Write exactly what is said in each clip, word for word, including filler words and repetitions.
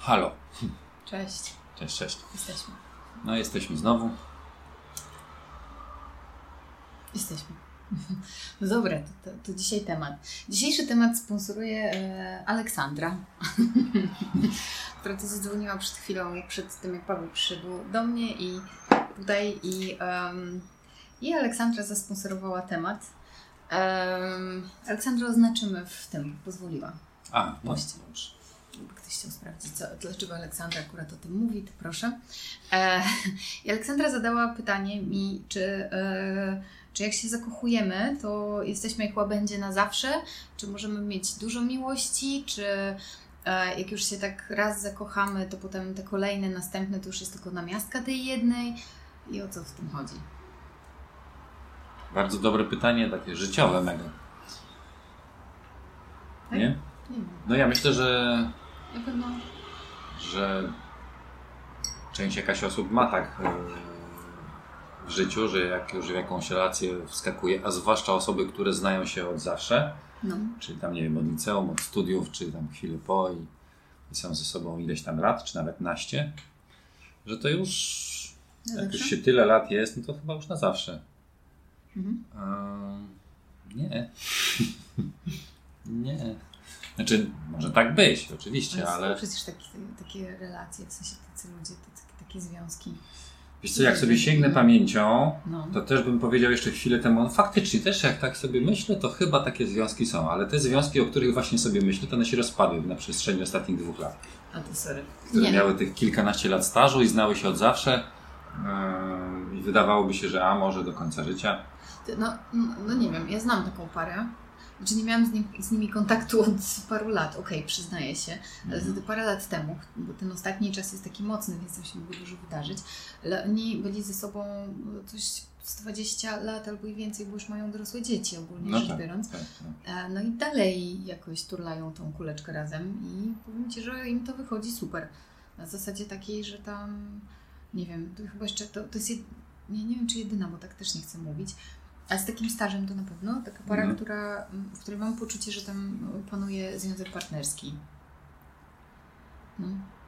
Halo. Cześć. Cześć, cześć. Jesteśmy. No jesteśmy znowu. Jesteśmy. No dobra, to, to, to dzisiaj temat. Dzisiejszy temat sponsoruje e, Aleksandra, która to zadzwoniła przed chwilą, przed tym jak Paweł przyszedł do mnie i tutaj i, um, i Aleksandra zasponsorowała temat. Um, Aleksandra oznaczymy w tym, pozwoliła. A, no, poście. Jakby ktoś chciał sprawdzić, co, dlaczego Aleksandra akurat o tym mówi, to proszę. E, I Aleksandra zadała pytanie mi, czy, e, czy jak się zakochujemy, to jesteśmy jak łabędzie na zawsze? Czy możemy mieć dużo miłości? Czy e, jak już się tak raz zakochamy, to potem te kolejne, następne to już jest tylko namiastka tej jednej? I o co w tym chodzi? Bardzo dobre pytanie, takie życiowe mega. Tak? Nie? Nie wiem. No ja myślę, że, Na pewno. że część jakaś osób ma tak e, w życiu, że jak już w jakąś relację wskakuje, a zwłaszcza osoby, które znają się od zawsze, No. czyli tam nie wiem, od liceum, od studiów, czy tam chwilę po i, i są ze sobą ileś tam lat, czy nawet naście, że to już Na jak zawsze? już się tyle lat jest, no to chyba już na zawsze. Mhm. Eee, nie. Nie. Znaczy, może tak być, oczywiście, ale... ale... Przecież takie, takie relacje, w sensie tacy ludzie, to takie, takie związki. Wiesz co, jak sobie sięgnę pamięcią, No. to też bym powiedział jeszcze chwilę temu, no faktycznie też jak tak sobie myślę, to chyba takie związki są, ale te związki, o których właśnie sobie myślę, to one się rozpadły na przestrzeni ostatnich dwóch lat. A to sorry. Które Nie. miały tych kilkanaście lat stażu i znały się od zawsze yy, i wydawałoby się, że a może do końca życia. No, no, no nie wiem, ja znam taką parę. Znaczy nie miałam z, nim, z nimi kontaktu od paru lat, okej, okay, przyznaję się, ale Mhm. za te parę lat temu, bo ten ostatni czas jest taki mocny, więc tam się mogło dużo wydarzyć, ale oni byli ze sobą coś z dwadzieścia lat albo i więcej, bo już mają dorosłe dzieci ogólnie No rzecz tak, biorąc. tak, tak. No i dalej jakoś turlają tą kuleczkę razem i powiem Ci, że im to wychodzi super. Na zasadzie takiej, że tam, nie wiem, to chyba jeszcze, to, to jest, jed... nie, nie wiem czy jedyna, bo tak też nie chcę mówić, a z takim stażem to na pewno, taka para, Mhm. która, w której mam poczucie, że tam panuje związek partnerski. No.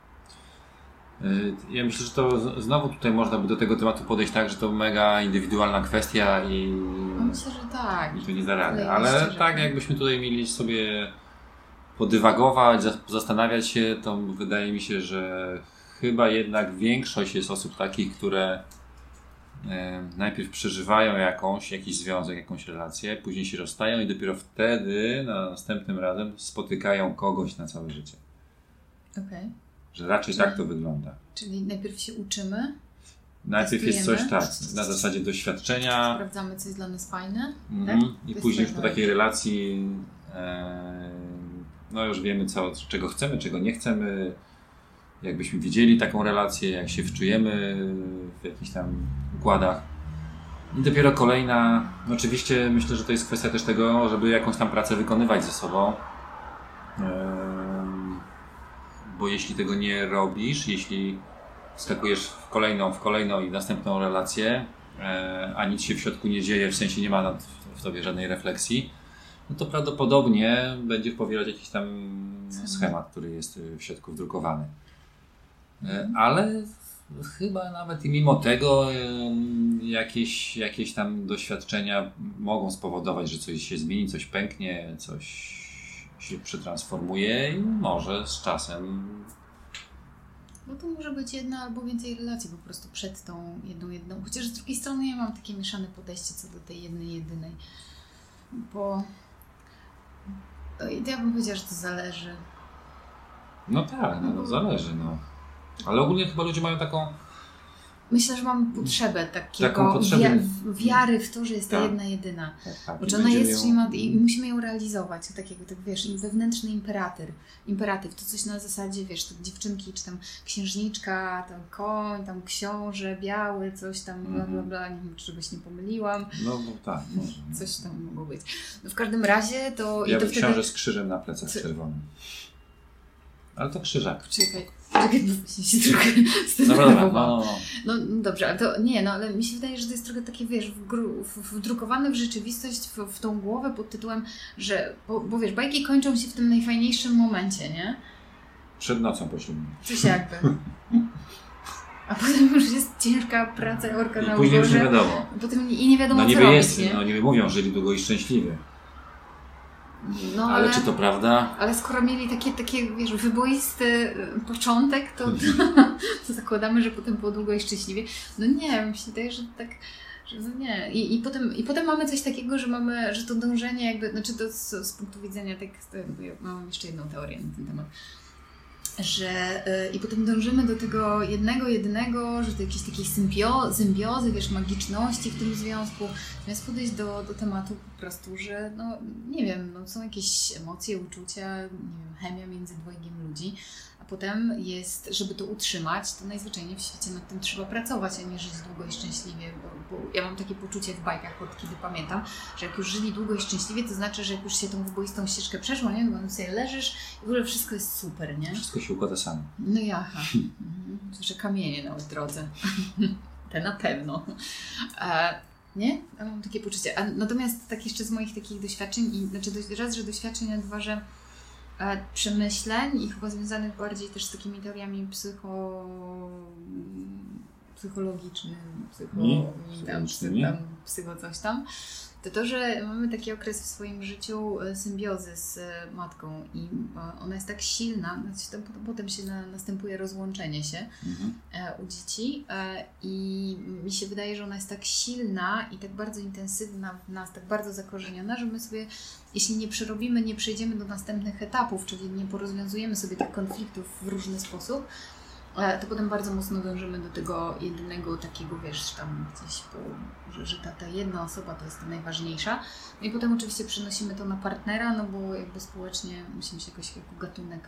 Ja myślę, że to z- znowu tutaj można by do tego tematu podejść tak, że to mega indywidualna kwestia i, No myślę, że tak. i to nie da rady. Ale Ale szczerze, tak tak. jakbyśmy tutaj mieli sobie podywagować, zas- zastanawiać się, to wydaje mi się, że chyba jednak większość jest osób takich, które e, najpierw przeżywają jakąś, jakiś związek, jakąś relację, później się rozstają i dopiero wtedy na następnym razem spotykają kogoś na całe życie. Okej. Że raczej Czyli- tak to wygląda. Czyli najpierw się uczymy, Najpierw jest coś Testujemy. tak, na zasadzie doświadczenia sprawdzamy, co jest dla nas fajne. mhm, tak? i To później jest już po tak, takiej relacji e, no już wiemy co, czego chcemy, czego nie chcemy, jakbyśmy widzieli taką relację, jak się wczujemy w jakichś tam układach. I dopiero kolejna, no oczywiście myślę, że to jest kwestia też tego, żeby jakąś tam pracę wykonywać ze sobą. Em, Bo jeśli tego nie robisz, jeśli wskakujesz w kolejną, w kolejną i następną relację, e, a nic się w środku nie dzieje, w sensie nie ma nad, w tobie żadnej refleksji, no to prawdopodobnie będziesz powielać jakiś tam schemat, który jest w środku wdrukowany. E, ale chyba nawet i mimo tego e, jakieś, jakieś tam doświadczenia mogą spowodować, że coś się zmieni, coś pęknie, coś się przetransformuje i może z czasem. No to może być jedna albo więcej relacji po prostu przed tą jedną, jedną. Chociaż z drugiej strony ja mam takie mieszane podejście co do tej jednej, jedynej. Bo to, ja bym powiedziała, że to zależy. No tak, no, no zależy, no. Ale ogólnie chyba ludzie mają taką. Myślę, że mam potrzebę takiego Taką potrzebę. wia- wiary w to, że jest ta Tak. jedna, jedyna. Tak, tak, Bo i czy ona będziemy jest, ją- czy nie ma, i musimy ją realizować, takiego, tak wiesz, i wewnętrzny imperatyw, imperatyw, to coś na zasadzie, wiesz, to dziewczynki, czy tam księżniczka, tam koń, tam książę, biały, coś tam, bla, bla, Mhm. bla, nie wiem, czy czegoś nie pomyliłam, No bo tak, może. coś tam mogło być. No w każdym razie to... Ja i to bym wtedy... książę z krzyżem na plecach Co- czerwonym. Ale to krzyżak. Czekaj, czekaj, bo właśnie się trochę Dobra, dobra, no, zdenerwowałam. no, no. No no dobrze, ale to nie, no ale mi się wydaje, że to jest trochę takie, wiesz, wgru- w- wdrukowane w rzeczywistość, w, w tą głowę pod tytułem, że, bo, bo wiesz, bajki kończą się w tym najfajniejszym momencie, nie? Przed nocą poślubną. Coś jakby. A potem już jest ciężka praca orka na I później już nie wiadomo. Potem i nie wiadomo, no, co niby robić, jest, nie? no niby mówią, żyli długo i szczęśliwie. No, ale, ale czy to prawda? Ale skoro mieli takie, takie wiesz, wyboisty początek, to, to zakładamy, że potem było długo i szczęśliwie. No nie, mi się wydaje, że tak, że no nie. I, i, potem, I potem mamy coś takiego, że mamy, że to dążenie jakby, znaczy to z, z punktu widzenia, tak, to, ja mam jeszcze jedną teorię na ten temat, że yy, i potem dążymy do tego jednego, jedynego, że to jakieś takiej symbio, symbiozy, wiesz, magiczności w tym związku, zamiast podejść do, do tematu po prostu, że no nie wiem, no są jakieś emocje, uczucia, nie wiem, chemia między dwojgiem ludzi, a potem jest, żeby to utrzymać, to najzwyczajniej w świecie nad tym trzeba pracować, a nie żyć długo i szczęśliwie, bo, bo ja mam takie poczucie w bajkach, od kiedy pamiętam, że jak już żyli długo i szczęśliwie, to znaczy, że jak już się tą wyboistą ścieżkę przeszło, nie? Bo sobie leżysz i w ogóle wszystko jest super, nie? Wszystko się układa samo. No jaha, mhm. Że kamienie na drodze, te na pewno. E, nie? Ja mam takie poczucie. A natomiast tak jeszcze z moich takich doświadczeń, i, znaczy raz, że doświadczeń, a dwa, że e, przemyśleń i chyba związanych bardziej też z takimi teoriami psycho... psychologicznymi, psycho... Nie? Tam, psy, tam, psycho coś tam, to to, że mamy taki okres w swoim życiu symbiozy z matką i ona jest tak silna, znaczy potem się na, następuje rozłączenie się mhm. u dzieci i mi się wydaje, że ona jest tak silna i tak bardzo intensywna w nas, tak bardzo zakorzeniona, że my sobie, jeśli nie przerobimy, nie przejdziemy do następnych etapów, czyli nie porozwiązujemy sobie tych konfliktów w różny sposób, to potem bardzo mocno dążymy do tego jedynego takiego, wiesz, tam gdzieś, po, że, że ta, ta jedna osoba to jest ta najważniejsza. No i potem oczywiście przenosimy to na partnera, no bo jakby społecznie musimy się jakoś jako gatunek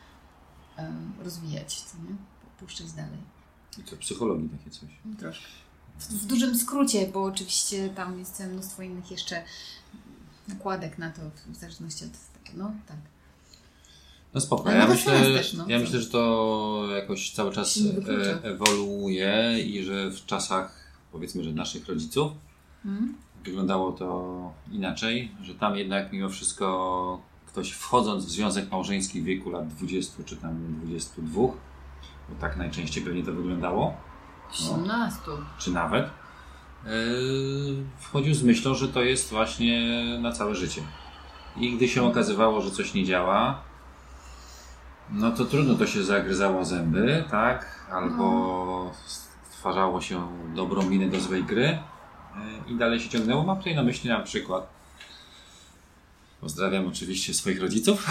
um, rozwijać, co nie? Puszczać dalej. I to psychologii takie coś? No, troszkę. W, w dużym skrócie, bo oczywiście tam jest mnóstwo innych jeszcze nakładek na to, w zależności od tego, no tak. No spoko. Ja, myślę, też, no, ja myślę, że to jakoś cały czas e- ewoluuje i że w czasach, powiedzmy, że naszych rodziców hmm? wyglądało to inaczej, że tam jednak mimo wszystko ktoś wchodząc w związek małżeński w wieku lat dwudziestu czy tam dwudziestu dwóch, bo tak najczęściej pewnie to wyglądało, osiemnastu no, czy nawet, yy, wchodził z myślą, że to jest właśnie na całe życie. I gdy się okazywało, że coś nie działa, no to trudno to się zagryzało zęby, tak? Albo no. stwarzało się dobrą minę do złej gry i dalej się ciągnęło. Mam tutaj na myśli na przykład, pozdrawiam oczywiście swoich rodziców.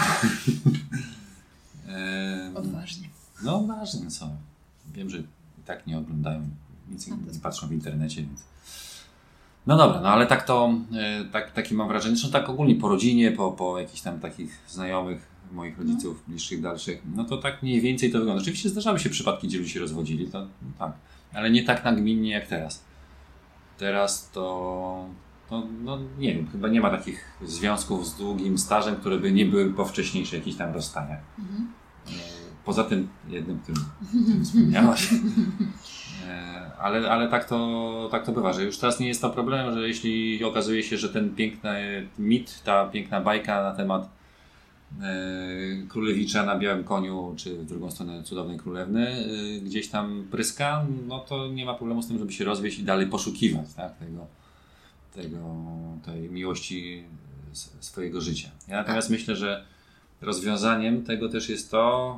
Odważnie. No odważnie, co? Wiem, że i tak nie oglądają, nic nie, nie patrzą w internecie, więc... No dobra, no ale tak to, tak, takie mam wrażenie, że tak ogólnie po rodzinie, po, po jakichś tam takich znajomych moich rodziców, no. bliższych, dalszych, no to tak mniej więcej to wygląda. Oczywiście zdarzały się przypadki, gdzie ludzie się rozwodzili, to no tak, ale nie tak nagminnie jak teraz. Teraz to, to, no nie wiem, chyba nie ma takich związków z długim stażem, które by nie były po wcześniejszych jakichś tam rozstaniach. Mhm. Poza tym jednym, którym, którym wspomniałaś. Ale, ale tak, to, tak to bywa, że już teraz nie jest to problem, że jeśli okazuje się, że ten piękny mit, ta piękna bajka na temat e, królewicza na białym koniu, czy w drugą stronę cudownej królewny, e, gdzieś tam pryska, no to nie ma problemu z tym, żeby się rozwieść i dalej poszukiwać, tak, tego, tego, tej miłości swojego życia. Ja natomiast myślę, że rozwiązaniem tego też jest to,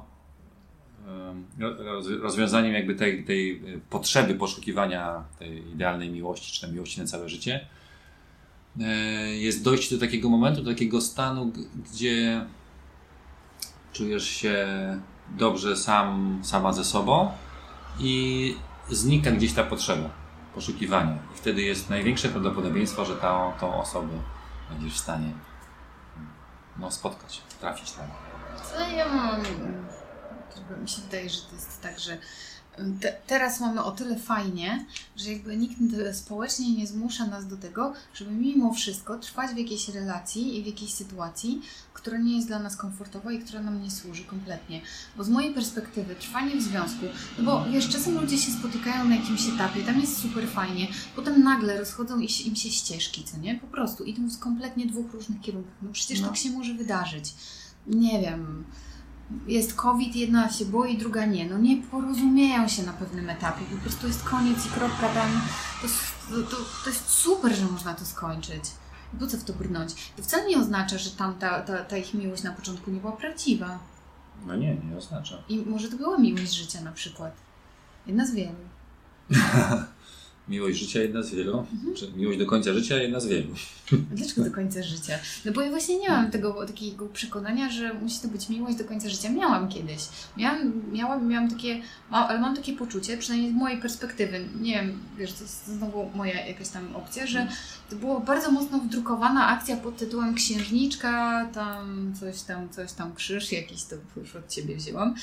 rozwiązaniem jakby tej, tej potrzeby poszukiwania tej idealnej miłości, czy tej miłości na całe życie, jest dojście do takiego momentu, do takiego stanu, gdzie czujesz się dobrze sam, sama ze sobą i znika gdzieś ta potrzeba poszukiwania. I wtedy jest największe prawdopodobieństwo, że tą, tą osobę będziesz w stanie no, spotkać, trafić tam. Co ja mam... Mi się wydaje, że to jest tak, że te, teraz mamy o tyle fajnie, że jakby nikt społecznie nie zmusza nas do tego, żeby mimo wszystko trwać w jakiejś relacji i w jakiejś sytuacji, która nie jest dla nas komfortowa i która nam nie służy kompletnie. Bo z mojej perspektywy trwanie w związku, no bo wiesz, czasem ludzie się spotykają na jakimś etapie, tam jest super fajnie, potem nagle rozchodzą i im się ścieżki, co nie? Po prostu idą w kompletnie dwóch różnych kierunkach. No przecież no. tak się może wydarzyć. Nie wiem... jest COVID, jedna się boi, druga nie. No nie porozumieją się na pewnym etapie. Po prostu jest koniec i kropka tam. To, to, to jest super, że można to skończyć. Po co w to brnąć? To wcale nie oznacza, że tam ta, ta, ta ich miłość na początku nie była prawdziwa. No nie, nie oznacza. I może to była miłość życia na przykład. Jedna z wielu. Miłość życia jedna z wielu? Mhm. Czy miłość do końca życia jedna z wielu? Dlaczego do końca życia? No bo ja właśnie nie mam tego takiego przekonania, że musi to być miłość do końca życia. Miałam kiedyś. Miałam, miałam, miałam takie, ale mam takie poczucie, przynajmniej z mojej perspektywy, nie wiem, wiesz, to jest znowu moja jakaś tam opcja, że to była bardzo mocno wdrukowana akcja pod tytułem Księżniczka, tam coś tam, coś tam, krzyż jakiś, to już od Ciebie wzięłam.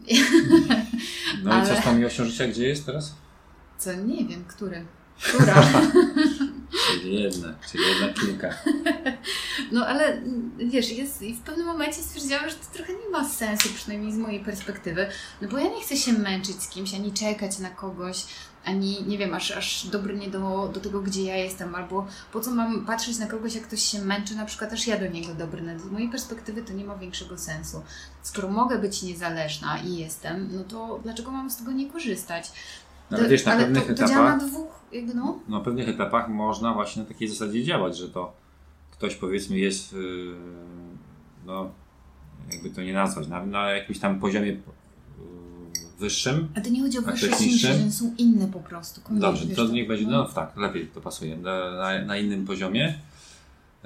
No ale... i co z tą miłością życia, gdzie jest teraz? Co? Nie wiem, który? Która? Czyli jedna, czyli jedna kilka. No ale wiesz, jest, i w pewnym momencie stwierdziłam, że to trochę nie ma sensu, przynajmniej z mojej perspektywy, no bo ja nie chcę się męczyć z kimś, ani czekać na kogoś, ani nie wiem, aż, aż dobrnie do, do tego, gdzie ja jestem, albo po co mam patrzeć na kogoś, jak ktoś się męczy, na przykład aż ja do niego dobrnę. Z mojej perspektywy to nie ma większego sensu. Skoro mogę być niezależna i jestem, no to dlaczego mam z tego nie korzystać? No, ale wiesz, na ale pewnych to, to etapach, działa na dwóch, jakby no. no, na pewnych etapach można właśnie na takiej zasadzie działać, że to ktoś powiedzmy jest, yy, no jakby to nie nazwać, na, na jakimś tam poziomie yy, wyższym. A to nie chodzi o wyższe niższe, że są inne po prostu. Koniecznie, dobrze, wiesz, to to, niech będzie, no. no tak, lepiej to pasuje, na, na, na innym poziomie. Yy,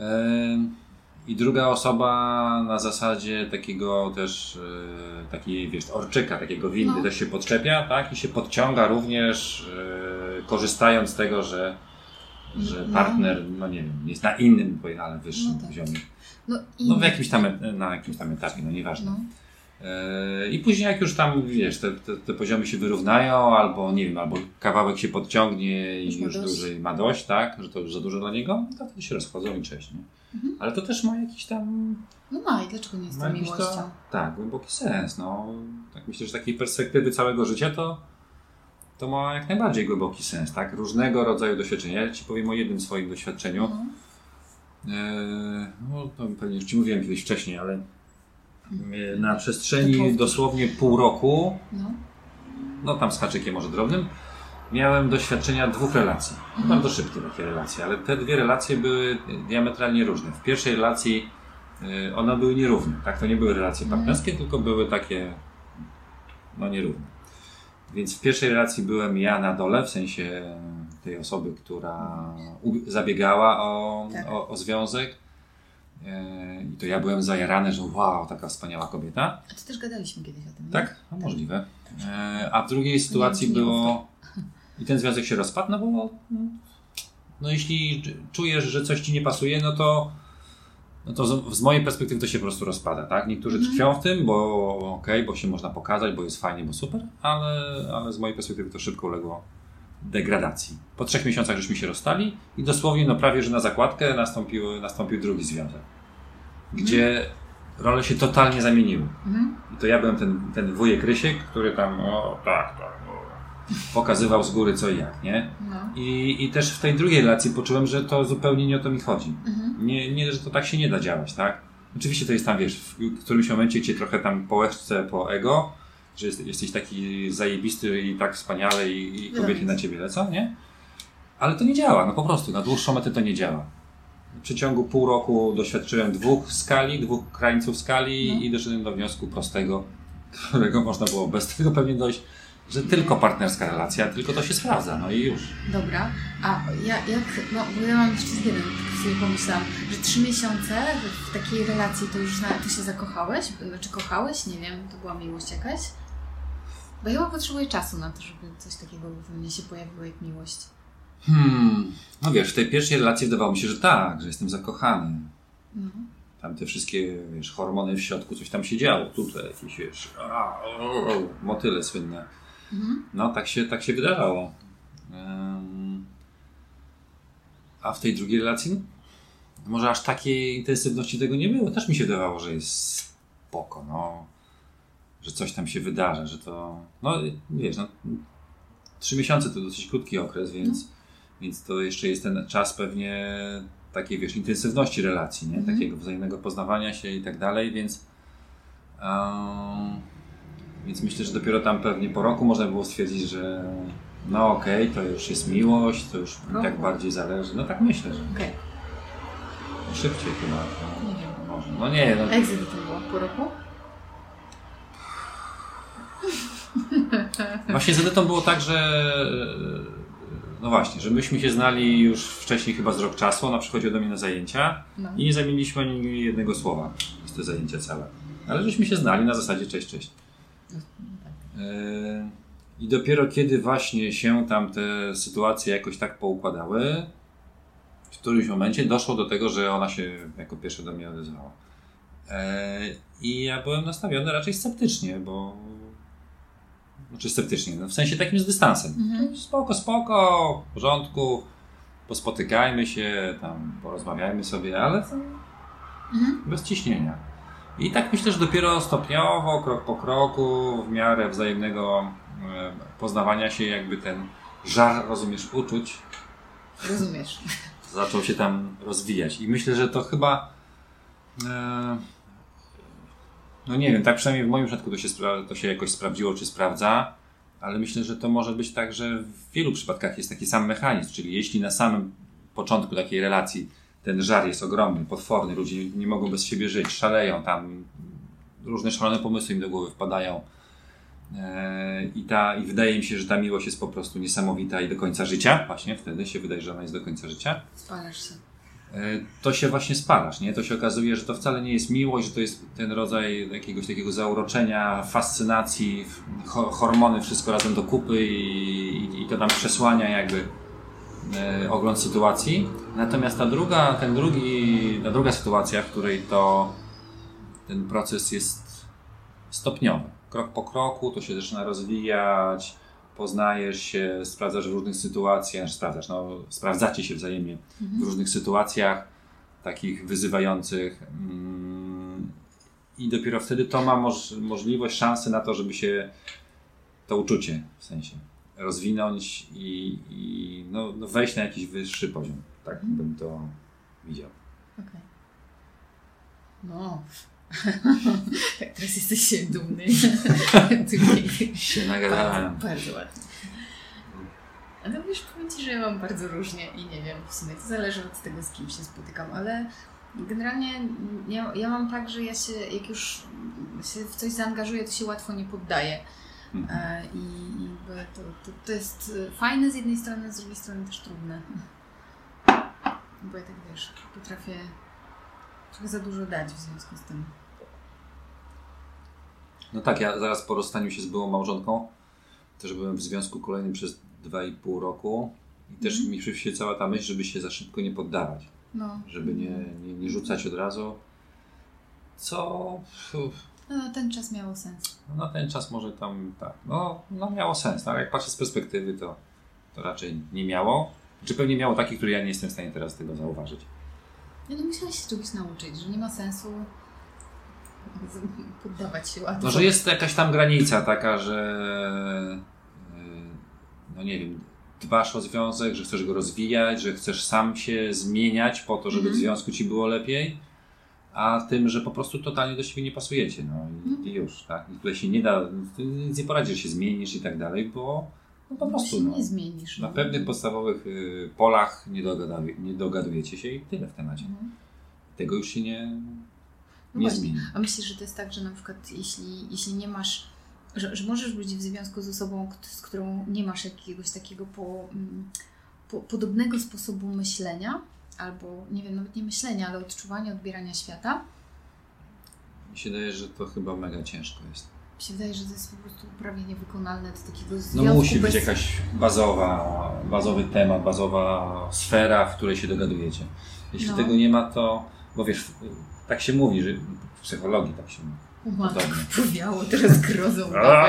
I druga osoba na zasadzie takiego też, yy, takiej wiesz, orczyka, takiego windy, no. też się podczepia, tak? I się podciąga również, yy, korzystając z tego, że, że partner, no nie wiem, jest na innym, ale wyższym no tak. poziomie. No, no w jakimś tam, na jakimś tam etapie, no nieważne. No. Yy, I później jak już tam, wiesz, te, te, te poziomy się wyrównają, albo nie wiem, albo kawałek się podciągnie i już, już dłużej ma dość, tak? Że to już za dużo dla niego, to wtedy się rozchodzą i cześć, nie? Mhm. Ale to też ma jakiś tam... No ma i dlaczego nie jest to miłością? To, tak, głęboki sens. No. Tak myślę, że z takiej perspektywy całego życia to, to ma jak najbardziej głęboki sens. Tak? Różnego rodzaju doświadczenia. Ja Ci powiem o jednym swoim doświadczeniu. Mhm. E, no, to pewnie już Ci mówiłem kiedyś wcześniej, ale mhm. na przestrzeni dosłownie pół roku, no. no tam z haczykiem może drobnym, miałem doświadczenia dwóch relacji. Mhm. Bardzo szybkie takie relacje, ale te dwie relacje były diametralnie różne. W pierwszej relacji y, one były nierówne. Tak? To nie były relacje partnerskie, mhm. tylko były takie no nierówne. Więc w pierwszej relacji byłem ja na dole, w sensie tej osoby, która u- zabiegała o, tak. o, o związek. Y, I to ja byłem zajarany, że wow, taka wspaniała kobieta. A to też gadaliśmy kiedyś o tym, nie? Tak? No, możliwe. Y, a w drugiej sytuacji było... I ten związek się rozpadł, no bo no jeśli czujesz, że coś Ci nie pasuje, no to, no to z, z mojej perspektywy to się po prostu rozpada, tak? Niektórzy mm. tkwią w tym, bo okej, okay, bo się można pokazać, bo jest fajnie, bo super, ale, ale z mojej perspektywy to szybko uległo degradacji. Po trzech miesiącach żeśmy się rozstali i dosłownie no prawie, że na zakładkę nastąpił, nastąpił drugi związek, gdzie mm. role się totalnie zamieniły. Mm. I to ja byłem ten, ten wujek Rysiek, który tam, o tak, tak, pokazywał z góry co i jak, nie? No. I, I też w tej drugiej relacji poczułem, że to zupełnie nie o to mi chodzi. Mhm. Nie, nie, że to tak się nie da działać, tak? Oczywiście to jest tam, wiesz, w którymś momencie Cię trochę tam po łezce, po ego, że jest, jesteś taki zajebisty i tak wspaniały i, i kobiety na Ciebie lecą, nie? Ale to nie działa, no po prostu, na dłuższą metę to nie działa. W przeciągu pół roku doświadczyłem dwóch skali, dwóch krańców skali no. i doszedłem do wniosku prostego, którego można było bez tego pewnie dojść, że tylko partnerska relacja, tylko to się sprawdza, no i już. Dobra, a ja, jak, no bo ja mam jeszcze jeden, tak sobie pomyślałam, że trzy miesiące w takiej relacji to już na, ty się zakochałeś? Znaczy kochałeś? Nie wiem, to była miłość jakaś? Bo ja chyba potrzebuję czasu na to, żeby coś takiego we mnie się pojawiło jak miłość. Hmm, no wiesz, w tej pierwszej relacji wydawało mi się, że tak, że jestem zakochany. No. Tam te wszystkie, wiesz, hormony w środku, coś tam się działo, tutaj jakieś, wiesz, a, o, o, motyle słynne. Mhm. No, tak się, tak się wydawało. Um, a w tej drugiej relacji, no, może aż takiej intensywności tego nie było. Też mi się wydawało, że jest spoko, no, że coś tam się wydarza, że to, no, wiesz, no, trzy miesiące to dosyć krótki okres, więc, mhm. więc to jeszcze jest ten czas pewnie takiej, wiesz, intensywności relacji, nie? Mhm. Takiego wzajemnego poznawania się i tak dalej, więc um, Więc myślę, że dopiero tam pewnie po roku można było stwierdzić, że no okej, okay, to już jest miłość, to już roku. Tak bardziej zależy. No tak myślę, że okay. Szybciej chyba. No, nie wiem. Może. No nie. No. A jak to było? Po roku? Właśnie z Edytą było tak, że no właśnie, że myśmy się znali już wcześniej chyba z rok czasu, ona przychodziła do mnie na zajęcia no. i nie zamieniliśmy ani jednego słowa z te zajęcia całe. Ale żeśmy się znali na zasadzie cześć, cześć. No, tak. yy, I dopiero kiedy właśnie się tam te sytuacje jakoś tak poukładały, w którymś momencie doszło do tego, że ona się jako pierwsza do mnie odezwała. Yy, I ja byłem nastawiony raczej sceptycznie, bo Znaczy sceptycznie, no w sensie takim z dystansem. Mhm. Spoko, spoko, w porządku, pospotykajmy się, tam porozmawiajmy sobie, ale to mhm. bez ciśnienia. I tak myślę, że dopiero stopniowo, krok po kroku, w miarę wzajemnego e, poznawania się, jakby ten żar, rozumiesz, uczuć. Rozumiesz. Zaczął się tam rozwijać. I myślę, że to chyba e, no nie wiem, tak przynajmniej w moim przypadku to się, spra- to się jakoś sprawdziło, czy sprawdza, ale myślę, że to może być tak, że w wielu przypadkach jest taki sam mechanizm, czyli jeśli na samym początku takiej relacji ten żar jest ogromny, potworny, ludzie nie mogą bez siebie żyć, szaleją, tam różne szalone pomysły im do głowy wpadają eee, i, ta, i wydaje mi się, że ta miłość jest po prostu niesamowita i do końca życia, właśnie wtedy się wydaje, że ona jest do końca życia. Spalasz się. To się właśnie spalasz, nie? To się okazuje, że to wcale nie jest miłość, że to jest ten rodzaj jakiegoś takiego zauroczenia, fascynacji, ho- hormony, wszystko razem do kupy i, i, i to tam przesłania jakby e, ogląd sytuacji. Natomiast ta druga, ten drugi, ta druga sytuacja, w której to ten proces jest stopniowy. Krok po kroku to się zaczyna rozwijać, poznajesz się, sprawdzasz w różnych sytuacjach, sprawdzasz, no, sprawdzacie się wzajemnie mhm. w różnych sytuacjach takich wyzywających mm, i dopiero wtedy to ma moż, możliwość, szansę na to, żeby się to uczucie w sensie rozwinąć i, i no, no wejść na jakiś wyższy poziom. Tak mhm. bym to widział. Okej. Okay. No. Tak, teraz jesteś się dumny. się nagadałem. Bardzo, bardzo ładnie. Ale wiesz, powiem Ci, że ja mam bardzo różnie i nie wiem, w sumie to zależy od tego, z kim się spotykam, ale generalnie ja, ja mam tak, że ja się, jak już się w coś zaangażuję, to się łatwo nie poddaję. Mhm. E, I i to, to, to jest fajne z jednej strony, z drugiej strony też trudne. Bo ja tak wiesz, potrafię trochę za dużo dać w związku z tym. No tak, ja zaraz po rozstaniu się z byłą małżonką też byłem w związku kolejnym przez dwa i pół roku i też mm. mi przyświecała ta myśl, żeby się za szybko nie poddawać. No. Żeby nie, nie, nie rzucać od razu. Co... No ten czas miało sens. No ten czas może tam tak, no, no miało sens, tak? Jak patrzę z perspektywy, to, to raczej nie miało. Czy pewnie miało taki, który ja nie jestem w stanie teraz tego zauważyć. Ja no musiałeś się czegoś nauczyć, że nie ma sensu poddawać się łatwo. No, że jest jakaś tam granica taka, że no nie wiem, dbasz o związek, że chcesz go rozwijać, że chcesz sam się zmieniać po to, żeby mm-hmm. w związku ci było lepiej, a tym, że po prostu totalnie do siebie nie pasujecie. No i, mm-hmm. i już, tak? I tutaj się nie da, nic nie poradzisz, że się zmienisz i tak dalej, bo no po prostu no, no, nie zmienisz. Na no. pewnych podstawowych y, polach nie, dogaduje, nie dogadujecie się i tyle w temacie. Mm-hmm. Tego już się nie, no nie właśnie. zmieni. A myślisz, że to jest tak, że na przykład jeśli, jeśli nie masz, że, że możesz być w związku z osobą, z którą nie masz jakiegoś takiego po, po, podobnego sposobu myślenia, albo nie wiem, nawet nie myślenia, ale odczuwania, odbierania świata? Mi się wydaje, że to chyba mega ciężko jest. Mi się wydaje, że to jest po prostu prawie niewykonalne do takiego związku. No musi bez... być jakaś bazowa, bazowy temat, bazowa sfera, w której się dogadujecie. Jeśli no. tego nie ma, to, bo wiesz, tak się mówi, że w psychologii tak się mówi. Matko, powiało teraz grozą.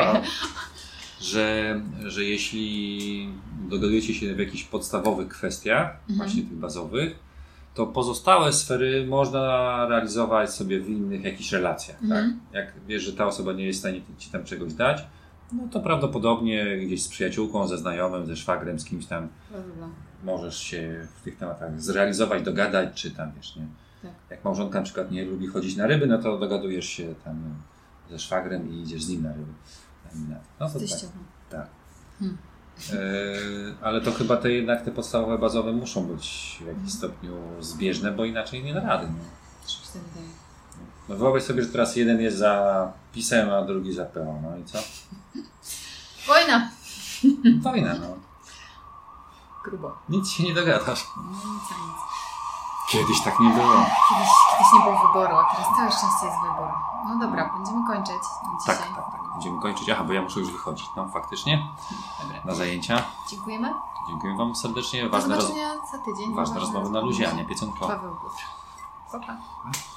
że, że jeśli dogadujecie się w jakichś podstawowych kwestiach, mhm. właśnie tych bazowych, to pozostałe sfery można realizować sobie w innych jakichś relacjach. Mhm. Tak? Jak wiesz, że ta osoba nie jest w stanie ci tam czegoś dać, no to prawdopodobnie gdzieś z przyjaciółką, ze znajomym, ze szwagrem, z kimś tam Dobra. możesz się w tych tematach zrealizować, dogadać, czy tam wiesz, nie? Tak. Jak małżonka na przykład nie lubi chodzić na ryby, no to dogadujesz się tam ze szwagrem i idziesz z nim na ryby. No to tak. tak. Hmm. E, ale to chyba te jednak te podstawowe, bazowe muszą być w jakimś stopniu zbieżne, bo inaczej nie da rady. No. No wyobraź sobie, że teraz jeden jest za PiS-em, a drugi za P O. No i co? Wojna! Wojna, no. Grubo. Nic się nie dogadasz. No nic, a nic. Kiedyś tak nie było. Kiedyś, kiedyś nie było wyboru, a teraz całe szczęście jest wybór. No dobra, będziemy kończyć dzisiaj. Tak, tak, tak. Będziemy kończyć. Aha, bo ja muszę już wychodzić. No faktycznie. Dobra. Na zajęcia. Dziękujemy. Dziękuję Wam serdecznie. Do ważne zobaczenia roz... za tydzień. Ważne rozmowy na luzie, a nie pieconkowe. Paweł Butr. Pa, pa.